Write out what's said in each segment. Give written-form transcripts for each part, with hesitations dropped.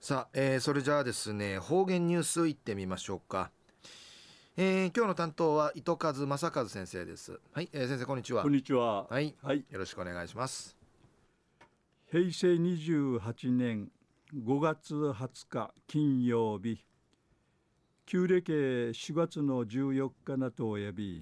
さあ、それじゃあですね、方言ニュースいってみましょうか。今日の担当は糸数正和先生です。はい、先生こんにちは。 こんにちは。 はい、 はい。 よろしくお願いします。 平成28年5月20日金曜日、旧暦4月の14日なとおやび、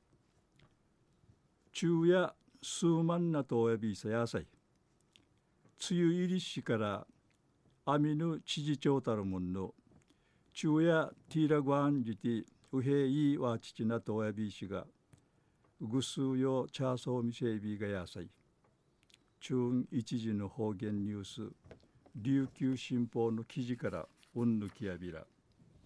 昼夜数万なとおやびさやさい。梅雨入りしからアミヌ知事長たるもんの、昼夜ティーラグアンジティウヘイワチチなとおやびしが、ぐすうよチャーソーミセイビがやさい。中一時の方言ニュース、琉球新報の記事からうんぬきやびら。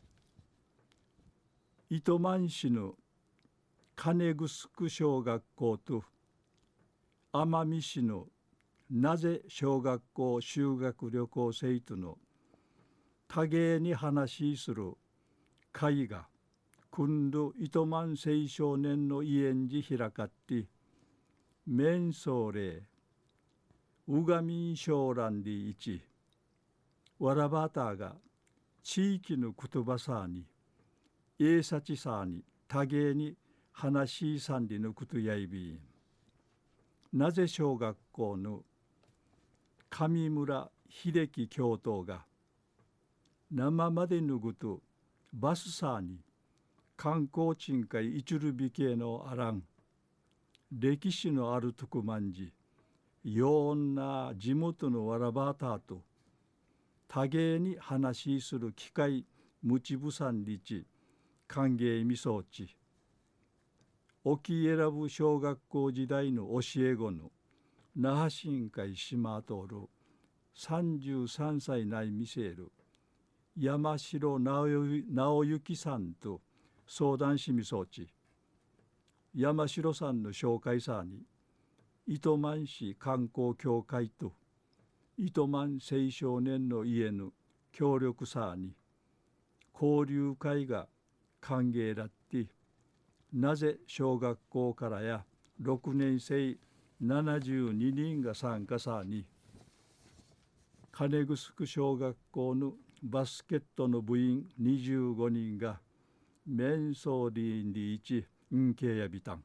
糸満市の金城小学校と奄美市のなぜ小学校修学旅行生徒の多芸に話する会が今度糸満青少年の家んじ開かって面相礼うがみんしょうらんりいちわらばたが地域の言葉さにえいさちさに多芸に話しさんりのことやいびなぜ小学校の上村秀樹教頭が生までぬぐとバスさに観光賃会一るびけのあらん歴史のあるとこまんじような地元のわらばたと多芸に話しする機会むちぶさんりち歓迎みそうち沖選ぶ小学校時代の教え子の那覇新会島通る33歳内見せる山城直之さんと相談しみそうち山城さんの紹介さに糸満市観光協会と糸満青少年の家の協力さに交流会が歓迎だってなぜ小学校からや6年生72人が参加さに金城小学校のバスケットの部員25人がメンソーリンリーチンケやビタン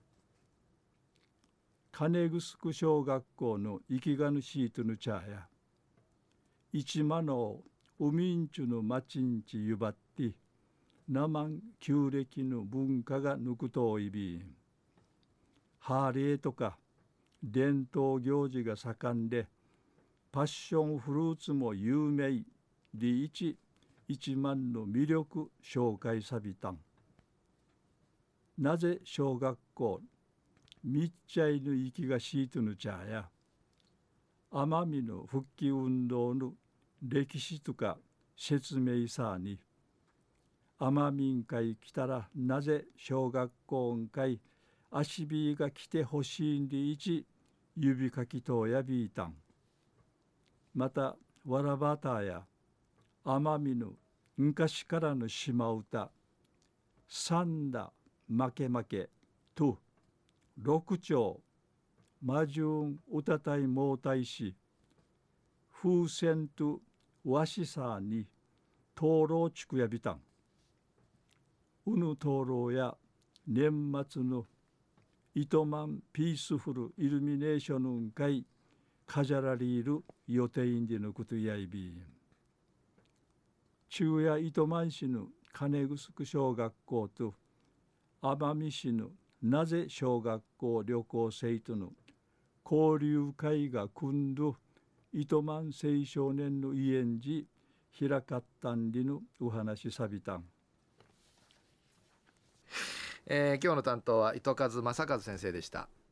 金城小学校の生きがぬシートの茶や一間のウミンチュの町んちゆばってなまん旧暦の文化がぬくとおいびんハーレーとか伝統行事が盛んでパッションフルーツも有名で一万の魅力紹介さびたんなぜ小学校みっちゃいの生きがシートの茶や奄美の復帰運動の歴史とか説明さに奄美んかい来たらなぜ小学校んかい足火が来てほしいんで指かきとやびいたんまたわらばたや奄美の昔からの島唄サンダ負け負けと六丁魔順歌たいもうたいし風船とわしさに灯籠ちくやびたんうぬ灯籠や年末の糸満ピースフルイルミネーションかい飾られる予定んでのことやいび中夜糸満市の金城小学校と奄美市のなぜ小学校旅行生との交流会が今度糸満青少年の家んじ開かったんりのお話さびたん、 今日の担当は糸数正和先生でした。